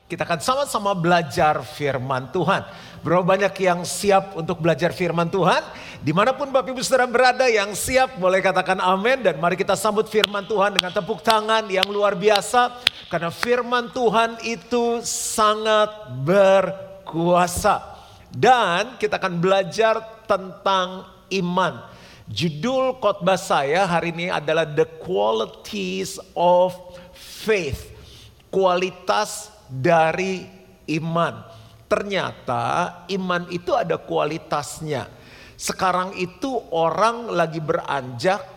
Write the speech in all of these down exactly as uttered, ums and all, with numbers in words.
Kita akan sama-sama belajar firman Tuhan. Berapa banyak yang siap untuk belajar firman Tuhan? Dimanapun Bapak Ibu Saudara berada yang siap, boleh katakan amin. Dan mari kita sambut firman Tuhan dengan tepuk tangan yang luar biasa. Karena firman Tuhan itu sangat berkuasa. Dan kita akan belajar tentang iman. Judul khotbah saya hari ini adalah The Qualities of Faith. Kualitas dari iman. Ternyata iman itu ada kualitasnya. Sekarang itu orang lagi beranjak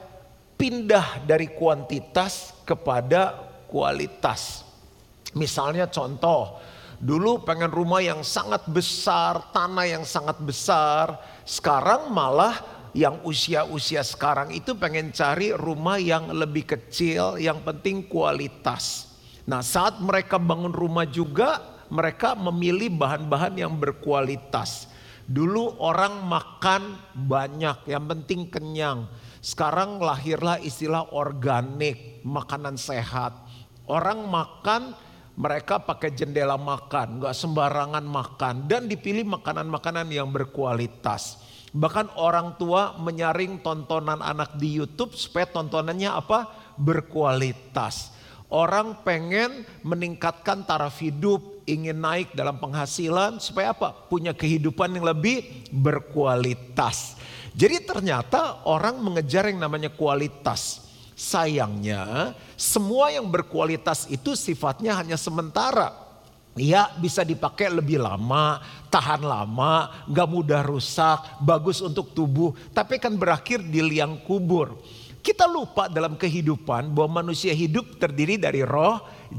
pindah dari kuantitas kepada kualitas. Misalnya contoh, dulu pengen rumah yang sangat besar, tanah yang sangat besar. Sekarang malah yang usia-usia sekarang itu pengen cari rumah yang lebih kecil, yang penting kualitas. Nah, saat mereka bangun rumah juga, mereka memilih bahan-bahan yang berkualitas. Dulu orang makan banyak, yang penting kenyang. Sekarang lahirlah istilah organik, makanan sehat. Orang makan, mereka pakai jendela makan, gak sembarangan makan. Dan dipilih makanan-makanan yang berkualitas. Bahkan orang tua menyaring tontonan anak di YouTube supaya tontonannya apa? Berkualitas. Orang pengen meningkatkan taraf hidup, ingin naik dalam penghasilan supaya apa? Punya kehidupan yang lebih berkualitas. Jadi ternyata orang mengejar yang namanya kualitas. Sayangnya semua yang berkualitas itu sifatnya hanya sementara. Ya, bisa dipakai lebih lama, tahan lama, gak mudah rusak, bagus untuk tubuh. Tapi kan berakhir di liang kubur. Kita lupa dalam kehidupan bahwa manusia hidup terdiri dari roh,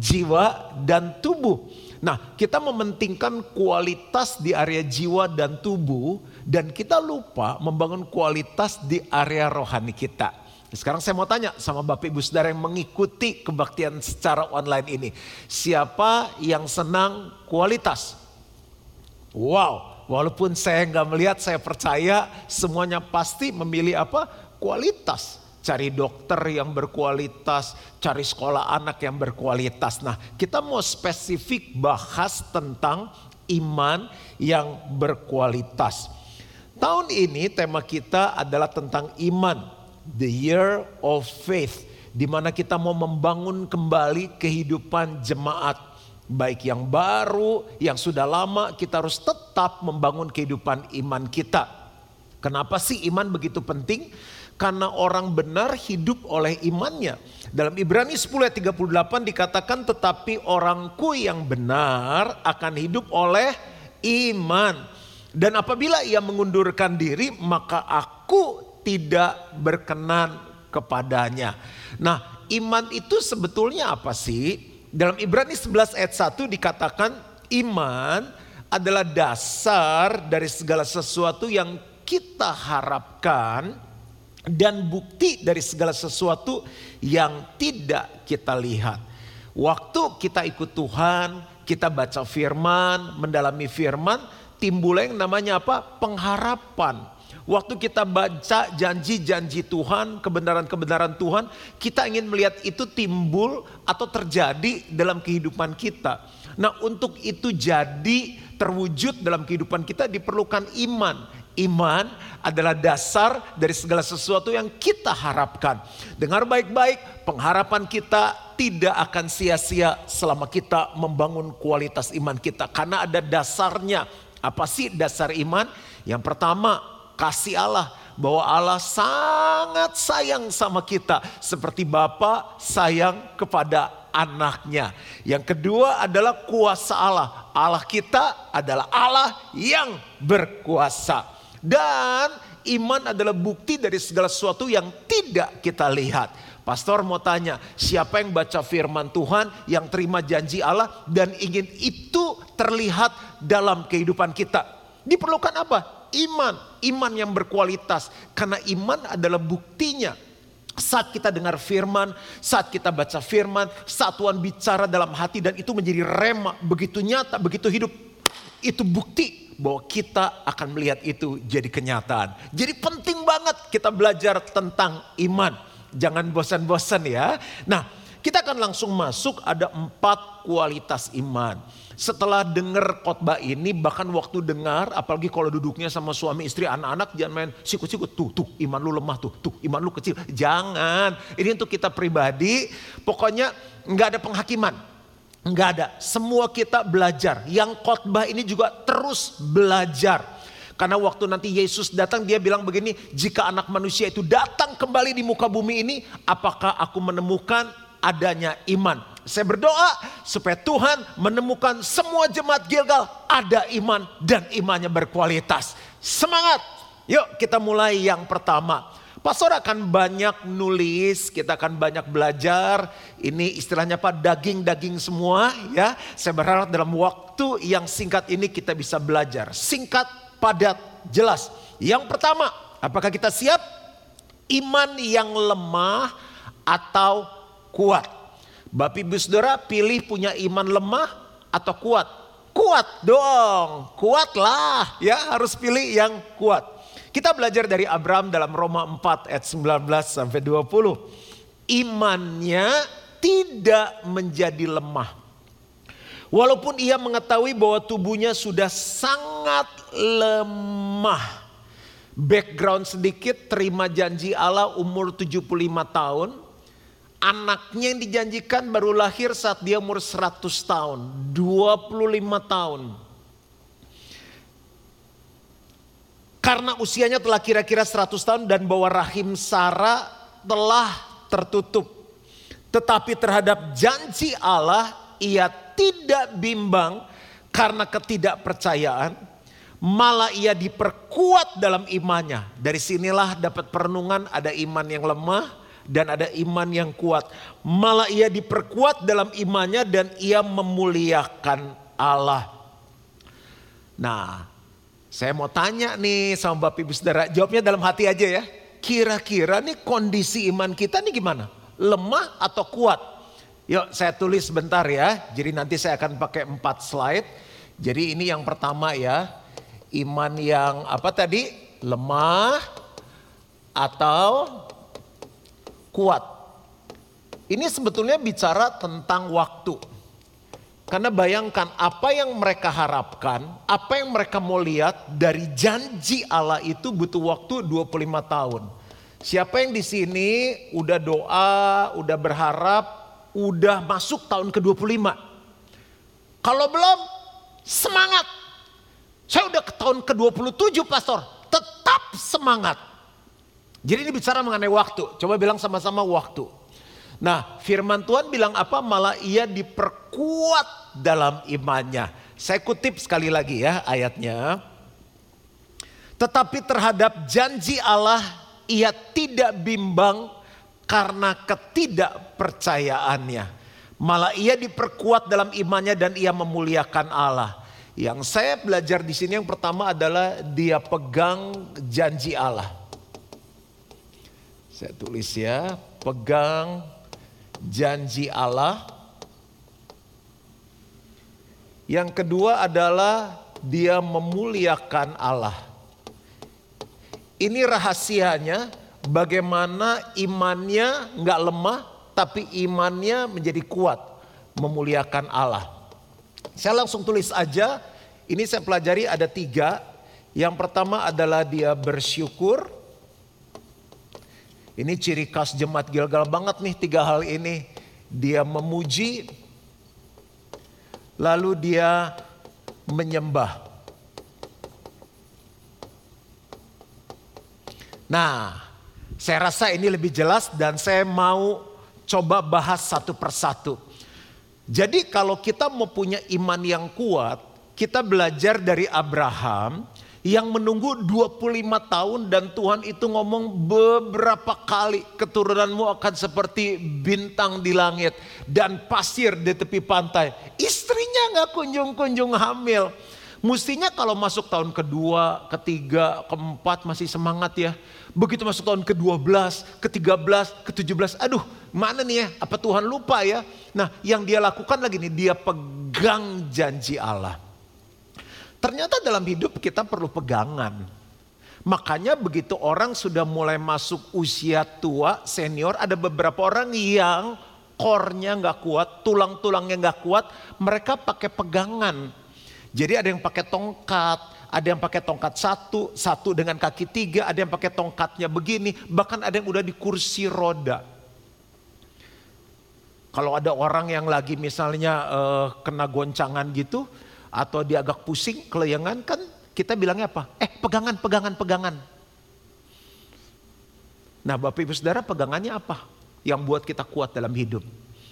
jiwa, dan tubuh. Nah, kita mementingkan kualitas di area jiwa dan tubuh, dan kita lupa membangun kualitas di area rohani kita. Sekarang saya mau tanya sama Bapak Ibu Saudara yang mengikuti kebaktian secara online ini. Siapa yang senang kualitas? Wow, walaupun saya nggak melihat, saya percaya semuanya pasti memilih apa? Kualitas. Cari dokter yang berkualitas, cari sekolah anak yang berkualitas. Nah, kita mau spesifik bahas tentang iman yang berkualitas. Tahun ini tema kita adalah tentang iman, the year of faith, di mana kita mau membangun kembali kehidupan jemaat. Baik yang baru, yang sudah lama, kita harus tetap membangun kehidupan iman kita. Kenapa sih iman begitu penting? Karena orang benar hidup oleh imannya. Dalam Ibrani sepuluh ayat tiga puluh delapan dikatakan, tetapi orangku yang benar akan hidup oleh iman. Dan apabila ia mengundurkan diri, maka aku tidak berkenan kepadanya. Nah, iman itu sebetulnya apa sih? Dalam Ibrani sebelas ayat satu dikatakan, iman adalah dasar dari segala sesuatu yang kita harapkan, dan bukti dari segala sesuatu yang tidak kita lihat. Waktu kita ikut Tuhan, kita baca firman, mendalami firman, timbul yang namanya apa? Pengharapan. Waktu kita baca janji-janji Tuhan, kebenaran-kebenaran Tuhan, kita ingin melihat itu timbul atau terjadi dalam kehidupan kita. Nah, untuk itu jadi terwujud dalam kehidupan kita diperlukan iman. Iman adalah dasar dari segala sesuatu yang kita harapkan. Dengar baik-baik, pengharapan kita tidak akan sia-sia selama kita membangun kualitas iman kita. Karena ada dasarnya. Apa sih dasar iman? Yang pertama, kasih Allah. Bahwa Allah sangat sayang sama kita. Seperti Bapa sayang kepada anaknya. Yang kedua adalah kuasa Allah. Allah kita adalah Allah yang berkuasa. Dan iman adalah bukti dari segala sesuatu yang tidak kita lihat. Pastor mau tanya, siapa yang baca firman Tuhan, yang terima janji Allah dan ingin itu terlihat dalam kehidupan kita? Diperlukan apa? Iman, iman yang berkualitas. Karena iman adalah buktinya. Saat kita dengar firman, saat kita baca firman, saat Tuhan bicara dalam hati dan itu menjadi rema, begitu nyata, begitu hidup. Itu bukti bahwa kita akan melihat itu jadi kenyataan. Jadi penting banget kita belajar tentang iman. Jangan bosan-bosan ya. Nah, kita akan akan langsung masuk ada empat kualitas iman. Setelah dengar khotbah ini, bahkan waktu dengar, apalagi kalau duduknya sama suami istri anak-anak, jangan main sikut-sikut. Tuh, tuh iman lu lemah tuh, tuh iman lu kecil. Jangan, ini untuk kita pribadi, pokoknya gak ada penghakiman. Gak ada, semua kita belajar. Yang khotbah ini juga terus belajar. Karena waktu nanti Yesus datang dia bilang begini, jika anak manusia itu datang kembali di muka bumi ini, apakah aku menemukan adanya iman? Saya berdoa supaya Tuhan menemukan semua jemaat Gilgal ada iman dan imannya berkualitas. Semangat, yuk kita mulai yang pertama. Pastor akan banyak nulis, kita akan banyak belajar. Ini istilahnya apa? Daging-daging semua ya. Saya berharap dalam waktu yang singkat ini kita bisa belajar. Singkat, padat, jelas. Yang pertama, apakah kita siap? Iman yang lemah atau kuat? Bapak Ibu Saudara pilih punya iman lemah atau kuat? Kuat dong, kuatlah ya, harus pilih yang kuat. Kita belajar dari Abraham dalam Roma empat ayat sembilan belas sampai dua puluh. Imannya tidak menjadi lemah. Walaupun ia mengetahui bahwa tubuhnya sudah sangat lemah. Background sedikit, terima janji Allah umur tujuh puluh lima tahun. Anaknya yang dijanjikan baru lahir saat dia umur seratus tahun. dua puluh lima tahun. Karena usianya telah kira-kira seratus tahun dan bahwa rahim Sarah telah tertutup. Tetapi terhadap janji Allah ia tidak bimbang karena ketidakpercayaan, malah ia diperkuat dalam imannya. Dari sinilah dapat perenungan, ada iman yang lemah dan ada iman yang kuat. Malah ia diperkuat dalam imannya dan ia memuliakan Allah. Nah, saya mau tanya nih sama Bapak Ibu Saudara, jawabnya dalam hati aja ya. Kira-kira nih kondisi iman kita nih gimana? Lemah atau kuat? Yuk saya tulis sebentar ya, jadi nanti saya akan pakai empat slide. Jadi ini yang pertama ya, iman yang apa tadi? Lemah atau kuat. Ini sebetulnya bicara tentang waktu. Karena bayangkan apa yang mereka harapkan, apa yang mereka mau lihat dari janji Allah itu butuh waktu dua puluh lima tahun. Siapa yang di sini udah doa, udah berharap, udah masuk tahun ke dua puluh lima. Kalau belum, semangat. Saya udah ke tahun ke dua puluh tujuh pastor, tetap semangat. Jadi ini bicara mengenai waktu, coba bilang sama-sama waktu. Nah firman Tuhan bilang apa? Malah ia diperkuat dalam imannya. Saya kutip sekali lagi ya ayatnya. Tetapi terhadap janji Allah ia tidak bimbang karena ketidakpercayaannya. Malah ia diperkuat dalam imannya dan ia memuliakan Allah. Yang saya belajar di sini yang pertama adalah dia pegang janji Allah. Saya tulis ya, pegang janji Allah. Yang kedua adalah dia memuliakan Allah. Ini rahasianya bagaimana imannya nggak lemah tapi imannya menjadi kuat, memuliakan Allah. Saya langsung tulis aja, ini saya pelajari ada tiga. Yang pertama adalah dia bersyukur. Ini ciri khas jemaat Gilgal banget nih tiga hal ini. Dia memuji, lalu dia menyembah. Nah, saya rasa ini lebih jelas dan saya mau coba bahas satu persatu. Jadi kalau kita mau punya iman yang kuat, kita belajar dari Abraham yang menunggu dua puluh lima tahun dan Tuhan itu ngomong beberapa kali keturunanmu akan seperti bintang di langit dan pasir di tepi pantai. Istrinya gak kunjung-kunjung hamil. Mestinya kalau masuk tahun kedua, ketiga, keempat masih semangat ya. Begitu masuk tahun ke dua belas, ke tiga belas, ke tujuh belas, aduh mana nih ya, apa Tuhan lupa ya. Nah yang dia lakukan lagi nih, dia pegang janji Allah. Ternyata dalam hidup kita perlu pegangan. Makanya begitu orang sudah mulai masuk usia tua, senior, ada beberapa orang yang core-nya nggak kuat, tulang-tulangnya nggak kuat, mereka pakai pegangan. Jadi ada yang pakai tongkat, ada yang pakai tongkat satu, satu dengan kaki tiga, ada yang pakai tongkatnya begini, bahkan ada yang udah di kursi roda. Kalau ada orang yang lagi misalnya uh, kena goncangan gitu, atau dia agak pusing, kelayangan, kan kita bilangnya apa? Eh pegangan, pegangan, pegangan. Nah Bapak Ibu Saudara, pegangannya apa yang buat kita kuat dalam hidup?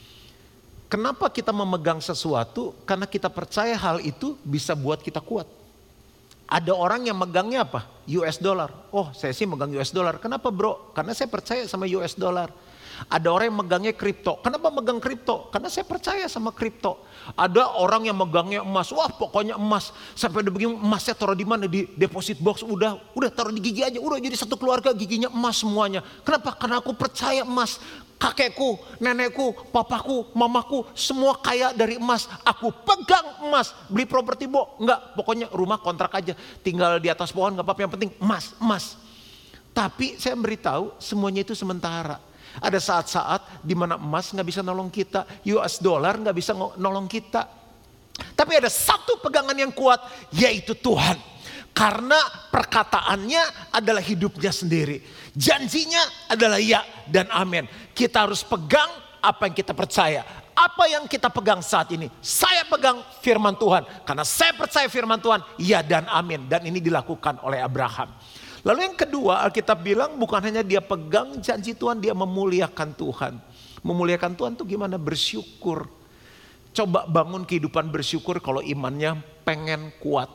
Kenapa kita memegang sesuatu? Karena kita percaya hal itu bisa buat kita kuat. Ada orang yang megangnya apa? U S dollar. Oh saya sih megang U S dollar. Kenapa bro? Karena saya percaya sama U S dollar. Ada orang yang megangnya kripto. Kenapa megang kripto? Karena saya percaya sama kripto. Ada orang yang megangnya emas. Wah pokoknya emas. Sampai udah begini emasnya taruh di mana? Di deposit box. Udah udah taruh di gigi aja. Udah jadi satu keluarga giginya emas semuanya. Kenapa? Karena aku percaya emas. Kakekku, nenekku, papaku, mamaku semua kaya dari emas. Aku pegang emas. Beli properti bo? Enggak. Pokoknya rumah kontrak aja. Tinggal di atas pohon gak apa-apa. Yang penting emas, emas. Tapi saya beritahu semuanya itu sementara. Ada saat-saat di mana emas nggak bisa nolong kita, U S dollar nggak bisa nolong kita. Tapi ada satu pegangan yang kuat, yaitu Tuhan. Karena perkataannya adalah hidupnya sendiri. Janjinya adalah ya dan amin. Kita harus pegang apa yang kita percaya. Apa yang kita pegang saat ini? Saya pegang firman Tuhan. Karena saya percaya firman Tuhan, ya dan amin. Dan ini dilakukan oleh Abraham. Lalu yang kedua, Alkitab bilang bukan hanya dia pegang janji Tuhan, dia memuliakan Tuhan. Memuliakan Tuhan itu gimana? Bersyukur. Coba bangun kehidupan bersyukur kalau imannya pengen kuat.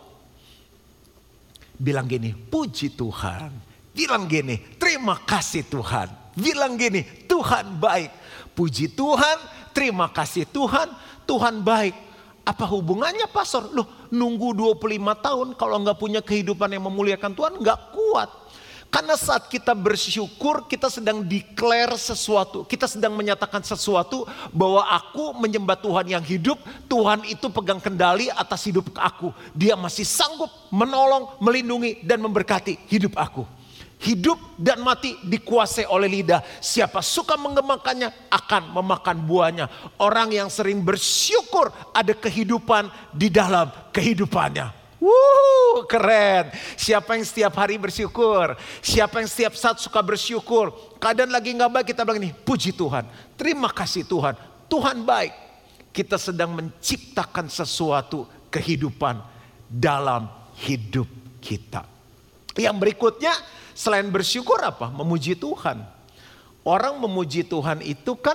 Bilang gini, puji Tuhan. Bilang gini, terima kasih Tuhan. Bilang gini, Tuhan baik. Puji Tuhan, terima kasih Tuhan, Tuhan baik. Apa hubungannya pastor? Loh nunggu dua puluh lima tahun kalau nggak punya kehidupan yang memuliakan Tuhan nggak kuat. Karena saat kita bersyukur kita sedang declare sesuatu. Kita sedang menyatakan sesuatu bahwa aku menyembah Tuhan yang hidup. Tuhan itu pegang kendali atas hidup aku. Dia masih sanggup menolong, melindungi dan memberkati hidup aku. Hidup dan mati dikuasai oleh lidah. Siapa suka mengemakannya akan memakan buahnya. Orang yang sering bersyukur ada kehidupan di dalam kehidupannya. Wuh, keren. Siapa yang setiap hari bersyukur? Siapa yang setiap saat suka bersyukur? Keadaan lagi gak baik kita bilang ini, puji Tuhan. Terima kasih Tuhan. Tuhan baik. Kita sedang menciptakan sesuatu kehidupan dalam hidup kita. Yang berikutnya, selain bersyukur apa? Memuji Tuhan. Orang memuji Tuhan itu kan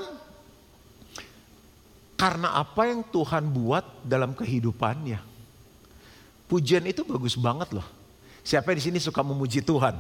karena apa yang Tuhan buat dalam kehidupannya. Pujian itu bagus banget loh. Siapa di sini suka memuji Tuhan?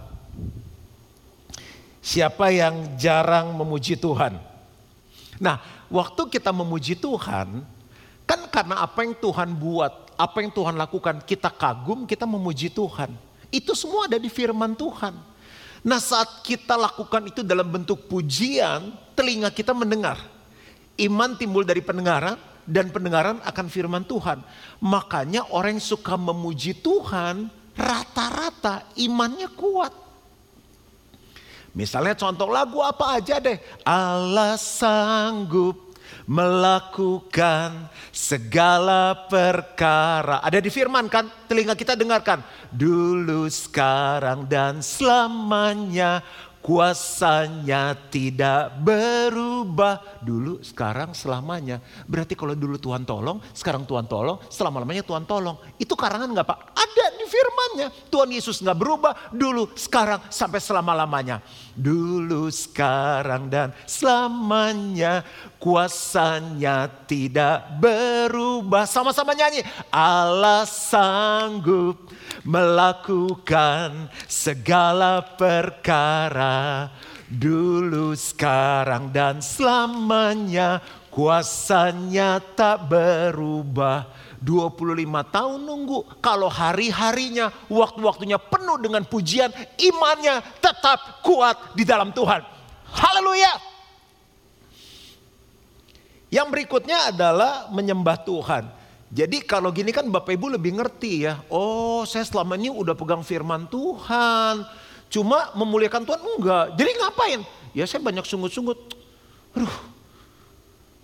Siapa yang jarang memuji Tuhan? Nah, waktu kita memuji Tuhan, kan karena apa yang Tuhan buat, apa yang Tuhan lakukan, kita kagum, kita memuji Tuhan. Itu semua ada di firman Tuhan. Nah saat kita lakukan itu dalam bentuk pujian, telinga kita mendengar. Iman timbul dari pendengaran dan pendengaran akan firman Tuhan. Makanya orang yang suka memuji Tuhan rata-rata imannya kuat. Misalnya contoh lagu apa aja deh. Allah sanggup melakukan segala perkara. Ada di firman kan, telinga kita dengarkan. Dulu, sekarang dan selamanya kuasanya tidak berubah. Dulu, sekarang, selamanya. Berarti kalau dulu Tuhan tolong, sekarang Tuhan tolong, selama-lamanya Tuhan tolong. Itu karangan gak Pak? Ada di firmannya. Tuhan Yesus gak berubah dulu, sekarang, sampai selama-lamanya. Dulu, sekarang dan selamanya kuasanya tidak berubah. Sama-sama nyanyi. Allah sanggup melakukan segala perkara. Dulu, sekarang dan selamanya kuasanya tak berubah. dua puluh lima tahun nunggu. Kalau hari-harinya, waktu-waktunya penuh dengan pujian, imannya tetap kuat di dalam Tuhan. Haleluya. Yang berikutnya adalah menyembah Tuhan. Jadi kalau gini kan Bapak Ibu lebih ngerti ya. Oh saya selama ini udah pegang firman Tuhan. Cuma memuliakan Tuhan enggak. Jadi ngapain? Ya saya banyak sungut-sungut. Aduh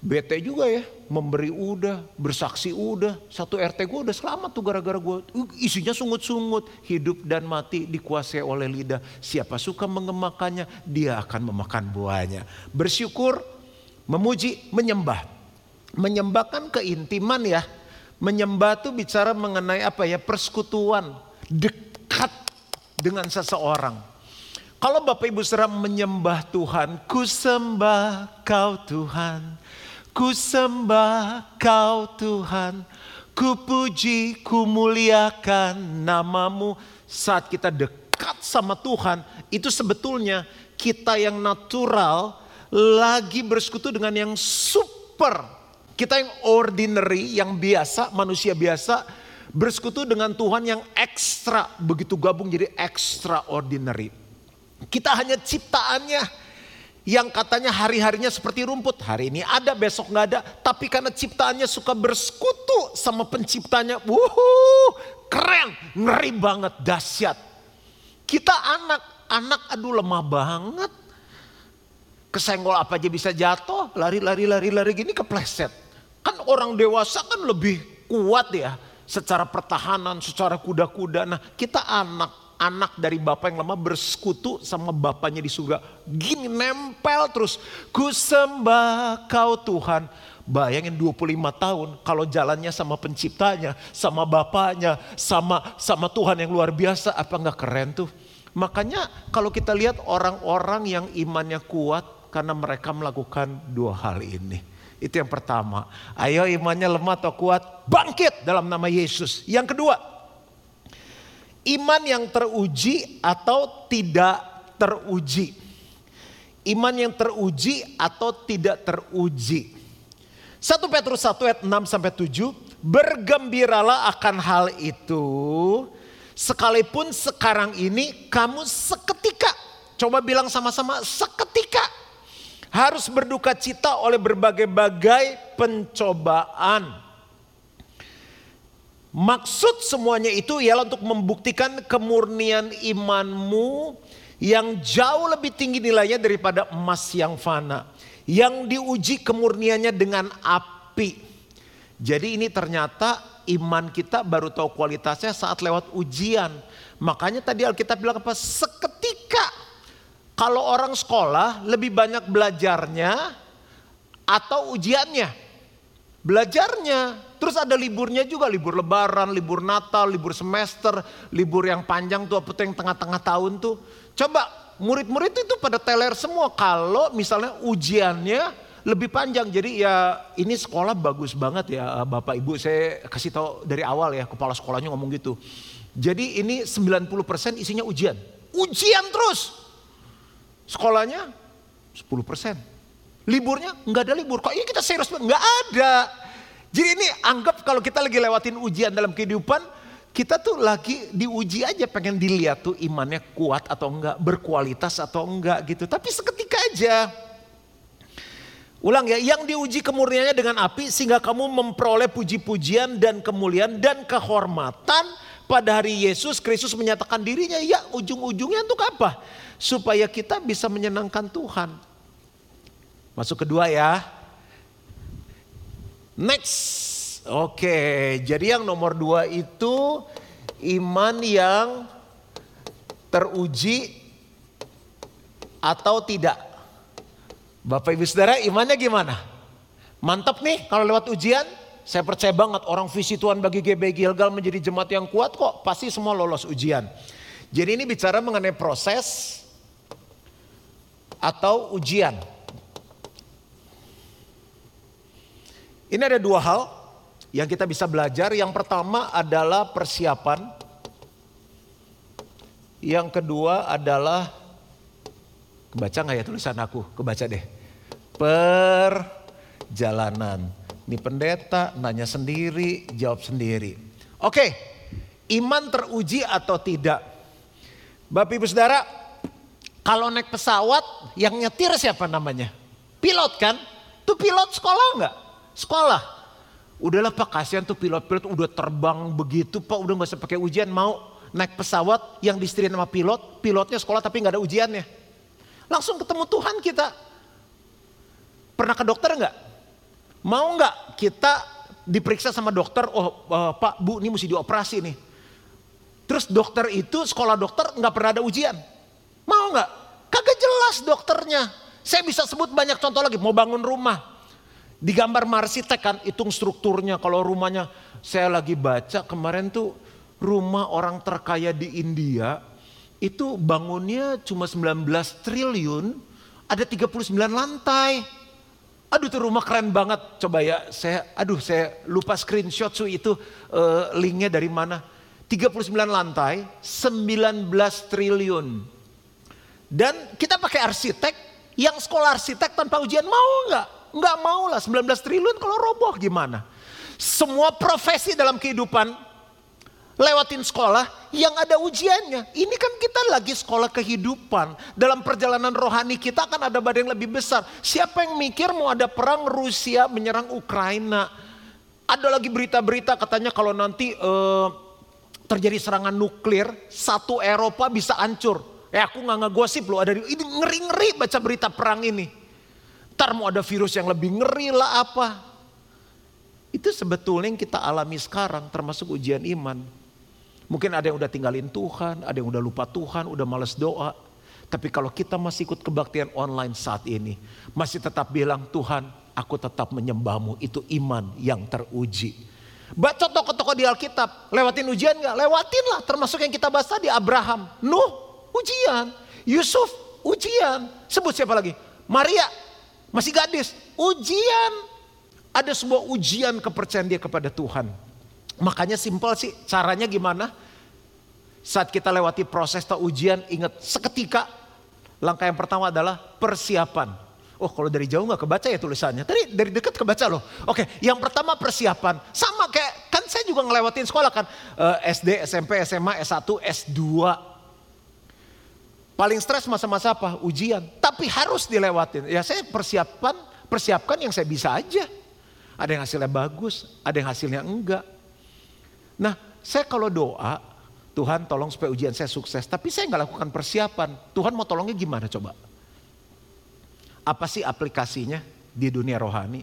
Bete juga ya, memberi udah, bersaksi udah, satu R T gue udah selamat tuh gara-gara gue. Isinya sungut-sungut, hidup dan mati dikuasai oleh lidah. Siapa suka mengemakannya, dia akan memakan buahnya. Bersyukur, memuji, menyembah. Menyembah kan keintiman ya. Menyembah tuh bicara mengenai apa ya, persekutuan, dekat dengan seseorang. Kalau Bapak Ibu Saudara menyembah Tuhan, ku sembah kau Tuhan. Ku sembah kau Tuhan, ku puji, ku muliakan namamu. Saat kita dekat sama Tuhan, itu sebetulnya kita yang natural lagi bersekutu dengan yang super. Kita yang ordinary, yang biasa, manusia biasa, bersekutu dengan Tuhan yang ekstra. Begitu gabung jadi extraordinary. Kita hanya ciptaannya. Yang katanya hari-harinya seperti rumput. Hari ini ada, besok gak ada. Tapi karena ciptaannya suka bersekutu sama penciptanya. Wuhuu, keren, ngeri banget, dahsyat. Kita anak, anak aduh lemah banget. Kesenggol apa aja bisa jatuh, lari-lari, lari-lari gini kepleset. Kan orang dewasa kan lebih kuat ya. Secara pertahanan, secara kuda-kuda. Nah kita anak. Anak dari bapak yang lama bersekutu sama bapaknya di surga. Gini nempel terus. Ku sembah kau Tuhan. Bayangin dua puluh lima tahun kalau jalannya sama penciptanya, sama bapaknya, sama sama Tuhan yang luar biasa. Apa gak keren tuh? Makanya kalau kita lihat orang-orang yang imannya kuat karena mereka melakukan dua hal ini. Itu yang pertama. Ayo imannya lemah atau kuat, bangkit dalam nama Yesus. Yang kedua, iman yang teruji atau tidak teruji. Iman yang teruji atau tidak teruji. satu Petrus satu ayat enam sampai tujuh. Bergembiralah akan hal itu. Sekalipun sekarang ini kamu seketika. Coba bilang sama-sama, seketika. Harus berduka cita oleh berbagai-bagai pencobaan. Maksud semuanya itu ialah untuk membuktikan kemurnian imanmu yang jauh lebih tinggi nilainya daripada emas yang fana. Yang diuji kemurniannya dengan api. Jadi ini ternyata iman kita baru tahu kualitasnya saat lewat ujian. Makanya tadi Alkitab bilang apa? Seketika. Kalau orang sekolah lebih banyak belajarnya atau ujiannya? Belajarnya, terus ada liburnya juga, libur lebaran, libur natal, libur semester, libur yang panjang tuh, apa tuh yang tengah-tengah tahun tuh. Coba murid-murid itu pada teler semua kalau misalnya ujiannya lebih panjang. Jadi ya ini sekolah bagus banget ya Bapak Ibu, saya kasih tahu dari awal ya, kepala sekolahnya ngomong gitu. Jadi ini sembilan puluh persen isinya ujian, ujian terus. Sekolahnya sepuluh persen. Liburnya nggak ada libur. Kok ini kita serius? Nggak ada. Jadi ini anggap kalau kita lagi lewatin ujian dalam kehidupan, kita tuh lagi diuji aja, pengen dilihat tuh imannya kuat atau enggak, berkualitas atau enggak gitu. Tapi seketika aja. Ulang ya, yang diuji kemurniannya dengan api sehingga kamu memperoleh puji-pujian dan kemuliaan dan kehormatan pada hari Yesus Kristus menyatakan dirinya. Ya ujung-ujungnya untuk apa? Supaya kita bisa menyenangkan Tuhan. Masuk kedua ya. Next. Oke, jadi yang nomor dua itu iman yang teruji atau tidak. Bapak Ibu Saudara, imannya gimana? Mantap nih kalau lewat ujian. Saya percaya banget orang visi Tuhan bagi G B I Gilgal menjadi jemaat yang kuat kok. Pasti semua lolos ujian. Jadi ini bicara mengenai proses atau ujian. Ini ada dua hal yang kita bisa belajar. Yang pertama adalah persiapan. Yang kedua adalah, kebaca gak ya tulisan aku? Kebaca deh. Perjalanan. Ini pendeta nanya sendiri, jawab sendiri. Oke, iman teruji atau tidak? Bapak Ibu Saudara, kalau naik pesawat yang nyetir siapa namanya? Pilot kan? Tuh pilot sekolah enggak? Sekolah. Udahlah Pak, kasihan tuh pilot-pilot udah terbang begitu Pak, udah gak usah pakai ujian, mau naik pesawat yang disetir sama pilot, pilotnya sekolah tapi gak ada ujiannya. Langsung ketemu Tuhan kita. Pernah ke dokter enggak? Mau nggak kita diperiksa sama dokter, oh uh, Pak Bu ini mesti dioperasi nih. Terus dokter itu sekolah dokter nggak pernah ada ujian. Mau nggak? Kagak jelas dokternya. Saya bisa sebut banyak contoh lagi, mau bangun rumah. Digambar arsitek kan, hitung strukturnya. Kalau rumahnya, saya lagi baca kemarin tuh rumah orang terkaya di India. Itu bangunnya cuma sembilan belas triliun, ada tiga puluh sembilan lantai. Aduh tuh rumah keren banget. Coba ya, saya aduh saya lupa screenshot su itu uh, linknya dari mana. tiga puluh sembilan lantai, sembilan belas triliun. Dan kita pakai arsitek, yang sekolah arsitek tanpa ujian mau nggak? Nggak mau lah, sembilan belas triliun kalau roboh gimana? Semua profesi dalam kehidupan lewatin sekolah yang ada ujiannya. Ini kan kita lagi sekolah kehidupan. Dalam perjalanan rohani kita akan ada badai yang lebih besar. Siapa yang mikir mau ada perang Rusia menyerang Ukraina? Ada lagi berita-berita katanya kalau nanti uh, terjadi serangan nuklir, satu Eropa bisa hancur. Eh aku gak ngegosip loh, ada ini ngeri-ngeri baca berita perang ini. Ntar mau ada virus yang lebih ngeri lah apa. Itu sebetulnya yang kita alami sekarang termasuk ujian iman. Mungkin ada yang udah tinggalin Tuhan, ada yang udah lupa Tuhan, udah males doa. Tapi kalau kita masih ikut kebaktian online saat ini, masih tetap bilang Tuhan aku tetap menyembahmu, itu iman yang teruji. Baca tokoh-tokoh di Alkitab, lewatin ujian gak? Lewatin lah, termasuk yang kita bahas tadi Abraham, Nuh ujian, Yusuf ujian, sebut siapa lagi? Maria masih gadis, ujian. Ada sebuah ujian kepercayaan dia kepada Tuhan. Makanya simpel sih, caranya gimana? Saat kita lewati proses atau ujian, ingat seketika langkah yang pertama adalah persiapan. Oh kalau dari jauh gak kebaca ya tulisannya, tadi dari dekat kebaca loh. Oke, yang pertama persiapan, sama kayak kan saya juga ngelewatin sekolah kan, uh, S D, S M P, S M A, S satu, S dua. Paling stres masa-masa apa? Ujian. Tapi harus dilewatin. Ya saya persiapan, persiapkan yang saya bisa aja. Ada yang hasilnya bagus, ada yang hasilnya enggak. Nah saya kalau doa, Tuhan tolong supaya ujian saya sukses. Tapi saya gak lakukan persiapan. Tuhan mau tolongnya gimana coba? Apa sih aplikasinya di dunia rohani?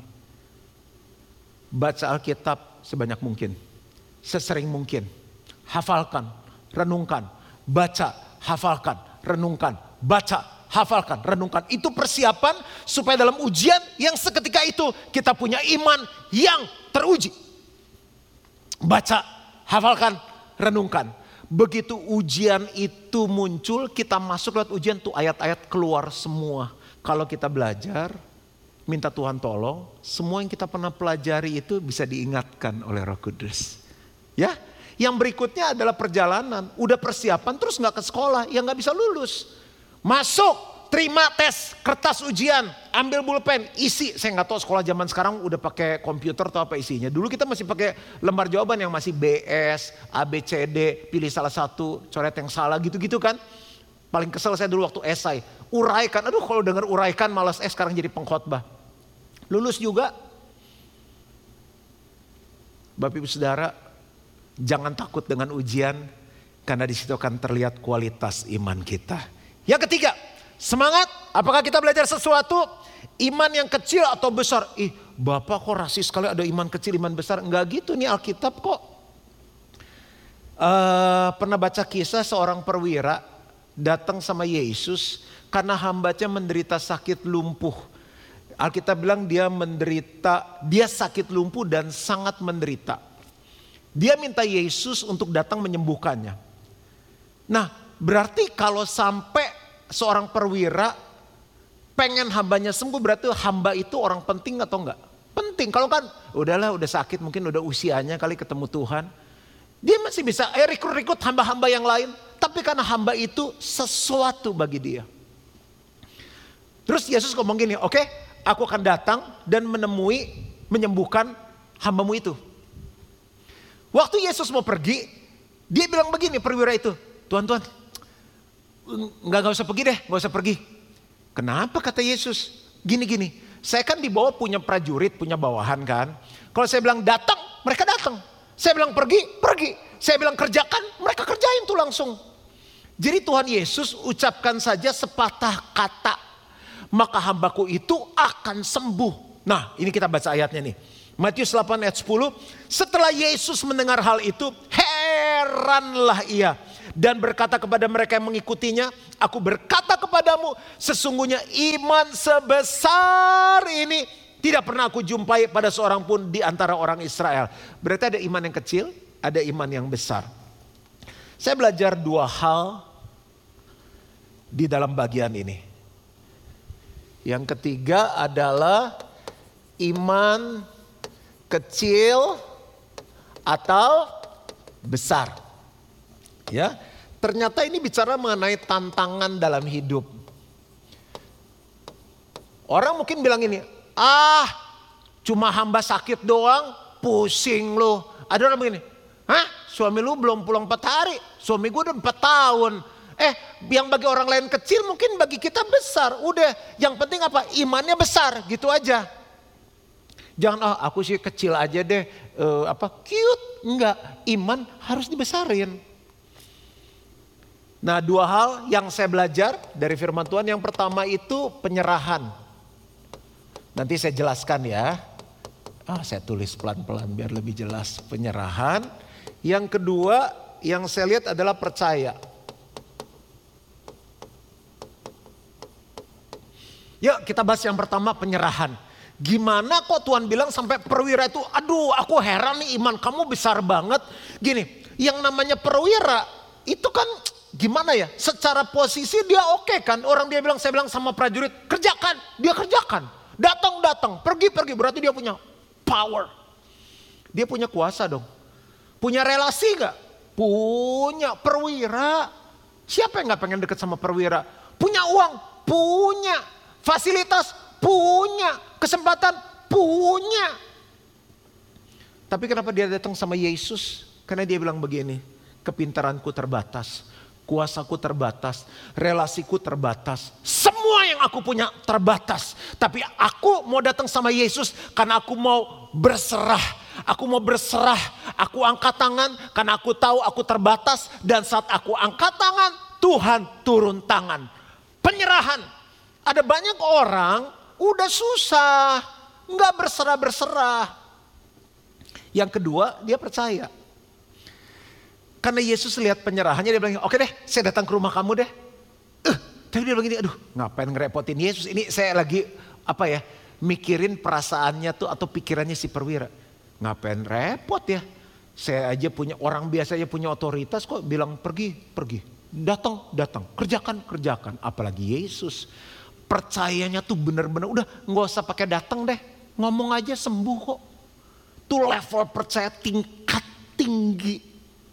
Baca Alkitab sebanyak mungkin. Sesering mungkin. Hafalkan, renungkan, baca, hafalkan, renungkan, baca, hafalkan, renungkan. Itu persiapan supaya dalam ujian yang seketika itu kita punya iman yang teruji. Baca, hafalkan, renungkan. Begitu ujian itu muncul, kita masuk lewat ujian tuh ayat-ayat keluar semua. Kalau kita belajar, minta Tuhan tolong, semua yang kita pernah pelajari itu bisa diingatkan oleh Roh Kudus. Ya, yang berikutnya adalah perjalanan. Udah persiapan terus gak ke sekolah, ya gak bisa lulus. Masuk, terima tes, kertas ujian, ambil pulpen, isi. Saya gak tahu sekolah zaman sekarang udah pakai komputer atau apa isinya. Dulu kita masih pakai lembar jawaban yang masih B S, A B C D, pilih salah satu, coret yang salah gitu-gitu kan. Paling kesel saya dulu waktu esai, uraikan. Aduh kalau dengar uraikan malas, eh sekarang jadi pengkhotbah. Lulus juga. Bapak Ibu Saudara, jangan takut dengan ujian, karena di situ akan terlihat kualitas iman kita. Yang ketiga, semangat. Apakah kita belajar sesuatu? Iman yang kecil atau besar? Ih, Bapak kok rasis sekali ada iman kecil, iman besar? Enggak gitu nih Alkitab kok. Uh, pernah baca kisah seorang perwira datang sama Yesus karena hambanya menderita sakit lumpuh. Alkitab bilang dia menderita, dia sakit lumpuh dan sangat menderita. Dia minta Yesus untuk datang menyembuhkannya. Nah, berarti kalau sampai seorang perwira pengen hambanya sembuh, berarti hamba itu orang penting atau enggak? Penting. Kalau kan udahlah udah sakit, mungkin udah usianya kali ketemu Tuhan. Dia masih bisa eh, rekrut-rekrut hamba-hamba yang lain. Tapi karena hamba itu sesuatu bagi dia. Terus Yesus ngomong gini, oke okay, aku akan datang dan menemui, menyembuhkan hambamu itu. Waktu Yesus mau pergi, dia bilang begini perwira itu, Tuhan, Tuhan, gak, gak usah pergi deh, gak usah pergi. Kenapa kata Yesus? Gini-gini, saya kan di bawah punya prajurit, punya bawahan kan. Kalau saya bilang datang, mereka datang. Saya bilang pergi, pergi. Saya bilang kerjakan, mereka kerjain tuh langsung. Jadi Tuhan Yesus ucapkan saja sepatah kata, maka hambaku itu akan sembuh. Nah, ini kita baca ayatnya nih. Matius delapan ayat sepuluh. Setelah Yesus mendengar hal itu, heranlah ia. Dan berkata kepada mereka yang mengikutinya, aku berkata kepadamu, sesungguhnya iman sebesar ini tidak pernah aku jumpai pada seorang pun di antara orang Israel. Berarti ada iman yang kecil, ada iman yang besar. Saya belajar dua hal di dalam bagian ini. Yang ketiga adalah iman kecil atau besar. Ya, ternyata ini bicara mengenai tantangan dalam hidup. Orang mungkin bilang ini, ah cuma hamba sakit doang, pusing lo. Ada orang begini, hah suami lu belum pulang empat hari, suami gue udah empat tahun. Eh yang bagi orang lain kecil mungkin bagi kita besar. Udah yang penting apa? Imannya besar gitu aja. Jangan, oh aku sih kecil aja deh, uh, apa cute. Enggak, iman harus dibesarin. Nah dua hal yang saya belajar dari firman Tuhan. Yang pertama itu penyerahan. Nanti saya jelaskan ya. Ah, saya tulis pelan-pelan biar lebih jelas. Penyerahan. Yang kedua yang saya lihat adalah percaya. Yuk kita bahas yang pertama, penyerahan. Gimana kok Tuhan bilang sampai perwira itu, aduh aku heran nih iman kamu besar banget. Gini, yang namanya perwira itu kan gimana ya, secara posisi dia oke kan. Orang dia bilang, saya bilang sama prajurit, kerjakan, dia kerjakan. Datang, datang, pergi, pergi, berarti dia punya power. Dia punya kuasa dong. Punya relasi gak? Punya. Perwira, siapa yang gak pengen deket sama perwira? Punya uang? Punya. Fasilitas? Punya. Kesempatan? Punya. Tapi kenapa dia datang sama Yesus? Karena dia bilang begini, kepintaranku terbatas, kuasaku terbatas, relasiku terbatas, semua yang aku punya terbatas. Tapi aku mau datang sama Yesus karena aku mau berserah. Aku mau berserah, aku angkat tangan karena aku tahu aku terbatas. Dan saat aku angkat tangan, Tuhan turun tangan. Penyerahan. Ada banyak orang udah susah, nggak berserah-berserah. Yang kedua, dia percaya. Karena Yesus lihat penyerahannya, dia bilang, oke deh saya datang ke rumah kamu deh. Uh, tapi dia bilang gini, aduh ngapain ngerepotin Yesus. Ini saya lagi apa ya, mikirin perasaannya tuh atau pikirannya si perwira. Ngapain repot ya. Saya aja punya, orang biasa aja punya otoritas kok bilang pergi, pergi. Datang, datang. Kerjakan, kerjakan. Apalagi Yesus. Percayanya tuh benar-benar udah gak usah pakai datang deh. Ngomong aja sembuh kok. Tuh level percaya tingkat tinggi.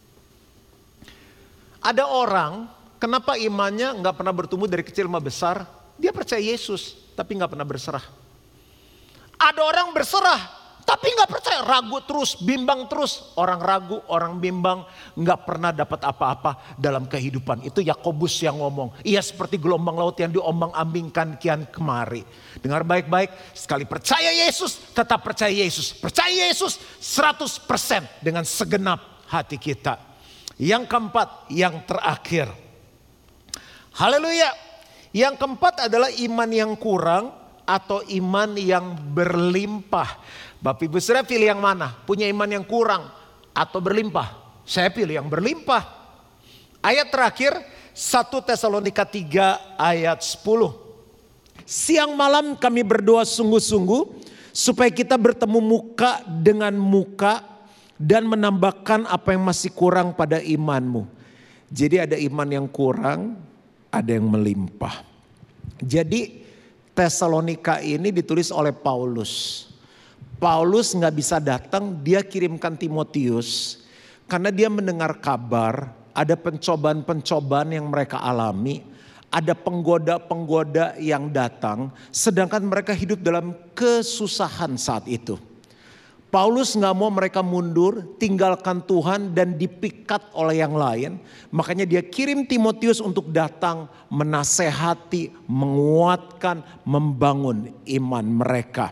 Ada orang, kenapa imannya gak pernah bertumbuh dari kecil sama besar? Dia percaya Yesus, tapi gak pernah berserah. Ada orang berserah, tapi gak percaya, ragu terus, bimbang terus. Orang ragu, orang bimbang, gak pernah dapat apa-apa dalam kehidupan. Itu Yakobus yang ngomong. Ia seperti gelombang laut yang diombang-ambingkan kian kemari. Dengar baik-baik, sekali percaya Yesus, tetap percaya Yesus. Percaya Yesus seratus persen dengan segenap hati kita. Yang keempat, yang terakhir. Haleluya. Yang keempat adalah iman yang kurang atau iman yang berlimpah. Bapak Ibu Saudara pilih yang mana? Punya iman yang kurang atau berlimpah? Saya pilih yang berlimpah. Ayat terakhir satu Tesalonika tiga ayat sepuluh. Siang malam kami berdoa sungguh-sungguh supaya kita bertemu muka dengan muka dan menambahkan apa yang masih kurang pada imanmu. Jadi ada iman yang kurang, ada yang melimpah. Jadi Tesalonika ini ditulis oleh Paulus. Paulus gak bisa datang, dia kirimkan Timotius. Karena dia mendengar kabar ada pencobaan-pencobaan yang mereka alami. Ada penggoda-penggoda yang datang, sedangkan mereka hidup dalam kesusahan saat itu. Paulus gak mau mereka mundur, tinggalkan Tuhan dan dipikat oleh yang lain. Makanya dia kirim Timotius untuk datang menasehati, menguatkan, membangun iman mereka.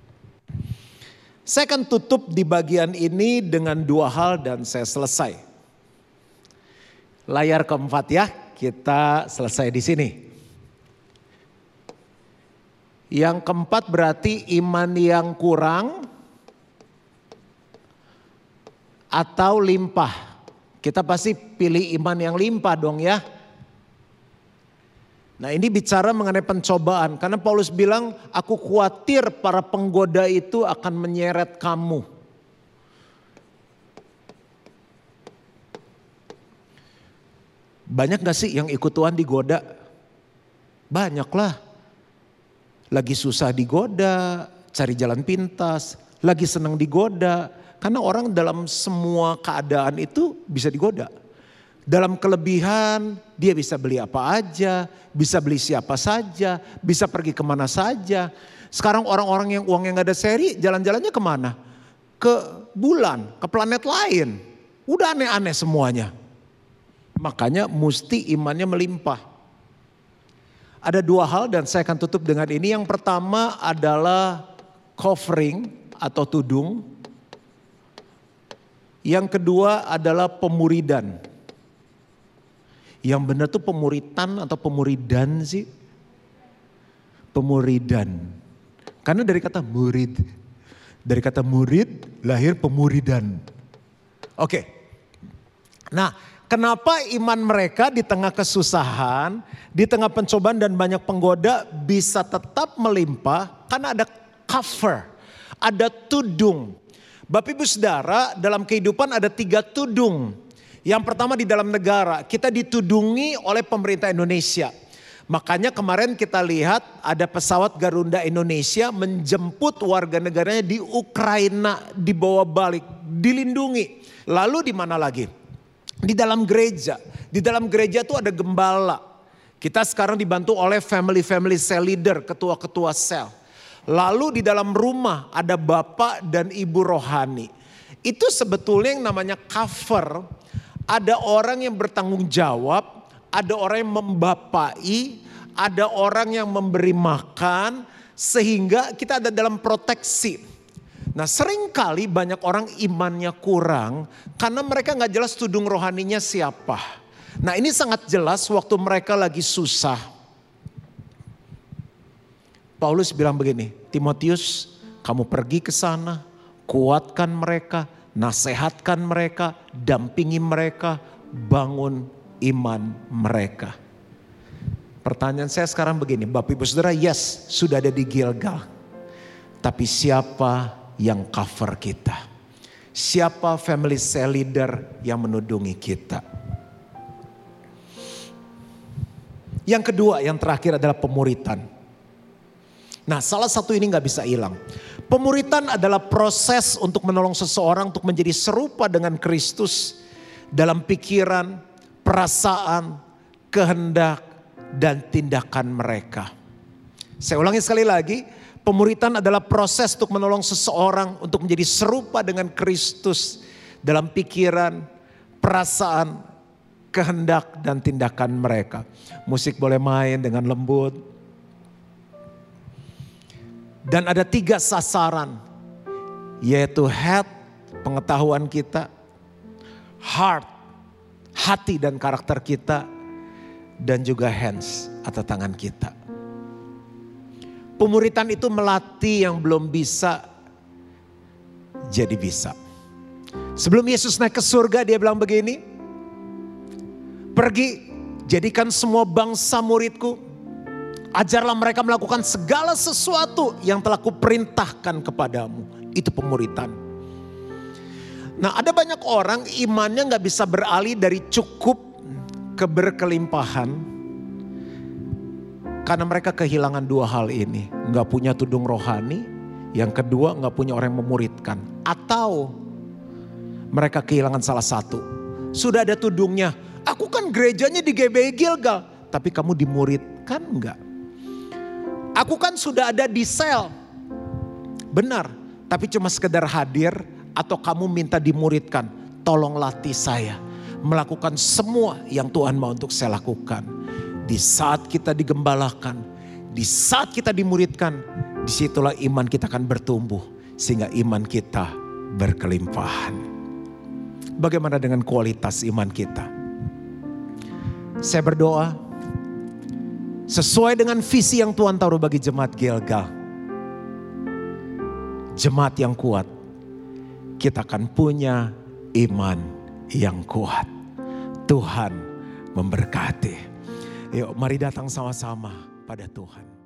Saya akan tutup di bagian ini dengan dua hal dan saya selesai. Layar keempat ya, kita selesai di sini. Yang keempat berarti iman yang kurang atau limpah. Kita pasti pilih iman yang limpah dong ya. Nah ini bicara mengenai pencobaan. Karena Paulus bilang, aku khawatir para penggoda itu akan menyeret kamu. Banyak gak sih yang ikut Tuhan digoda? Banyak lah. Lagi susah digoda, cari jalan pintas. Lagi senang digoda. Karena orang dalam semua keadaan itu bisa digoda. Dalam kelebihan dia bisa beli apa aja, bisa beli siapa saja, bisa pergi kemana saja. Sekarang orang-orang yang uangnya gak ada seri, jalan-jalannya kemana? Ke bulan, ke planet lain. Udah aneh-aneh semuanya. Makanya mesti imannya melimpah. Ada dua hal dan saya akan tutup dengan ini. Yang pertama adalah covering atau tudung. Yang kedua adalah pemuridan. Yang benar tuh pemuritan atau pemuridan sih? Pemuridan. Karena dari kata murid. Dari kata murid lahir pemuridan. Oke. Nah, kenapa iman mereka di tengah kesusahan, di tengah pencobaan dan banyak penggoda bisa tetap melimpah? Karena ada cover, ada tudung. Bapak Ibu Saudara, dalam kehidupan ada tiga tudung. Yang pertama di dalam negara, kita ditudungi oleh pemerintah Indonesia. Makanya kemarin kita lihat ada pesawat Garuda Indonesia menjemput warga negaranya di Ukraina, dibawa balik, dilindungi. Lalu di mana lagi? Di dalam gereja. Di dalam gereja itu ada gembala. Kita sekarang dibantu oleh family-family cell leader, ketua-ketua sel. Lalu di dalam rumah ada bapak dan ibu rohani. Itu sebetulnya yang namanya cover. Ada orang yang bertanggung jawab, ada orang yang membapai, ada orang yang memberi makan. Sehingga kita ada dalam proteksi. Nah seringkali banyak orang imannya kurang karena mereka gak jelas tudung rohaninya siapa. Nah ini sangat jelas waktu mereka lagi susah. Paulus bilang begini, Timotius kamu pergi ke sana, kuatkan mereka, nasehatkan mereka, dampingi mereka, bangun iman mereka. Pertanyaan saya sekarang begini, Bapak Ibu Saudara, yes sudah ada di Gilgal. Tapi siapa yang cover kita? Siapa family cell leader yang menudungi kita? Yang kedua, yang terakhir adalah pemuritan. Nah salah satu ini gak bisa hilang. Pemuritan adalah proses untuk menolong seseorang untuk menjadi serupa dengan Kristus dalam pikiran, perasaan, kehendak, dan tindakan mereka. Saya ulangi sekali lagi, pemuritan adalah proses untuk menolong seseorang untuk menjadi serupa dengan Kristus dalam pikiran, perasaan, kehendak, dan tindakan mereka. Musik boleh main dengan lembut. Dan ada tiga sasaran, yaitu head, pengetahuan kita, heart, hati dan karakter kita, dan juga hands atau tangan kita. Pemuritan itu melatih yang belum bisa jadi bisa. Sebelum Yesus naik ke surga dia bilang begini, pergi jadikan semua bangsa muridku. Ajarlah mereka melakukan segala sesuatu yang telah kuperintahkan kepadamu. Itu pemuritan. Nah ada banyak orang imannya gak bisa beralih dari cukup ke berkelimpahan. Karena mereka kehilangan dua hal ini. Gak punya tudung rohani. Yang kedua gak punya orang yang memuridkan. Atau mereka kehilangan salah satu. Sudah ada tudungnya. Aku kan gerejanya di G B I Gilgal. Tapi kamu dimuridkan enggak? Aku kan sudah ada di sel. Benar. Tapi cuma sekedar hadir. Atau kamu minta dimuridkan. Tolong latih saya. Melakukan semua yang Tuhan mau untuk saya lakukan. Di saat kita digembalakan. Di saat kita dimuridkan. Disitulah iman kita akan bertumbuh. Sehingga iman kita berkelimpahan. Bagaimana dengan kualitas iman kita? Saya berdoa. Sesuai dengan visi yang Tuhan taruh bagi jemaat Gilgal. Jemaat yang kuat. Kita akan punya iman yang kuat. Tuhan memberkati. Yuk mari datang sama-sama pada Tuhan.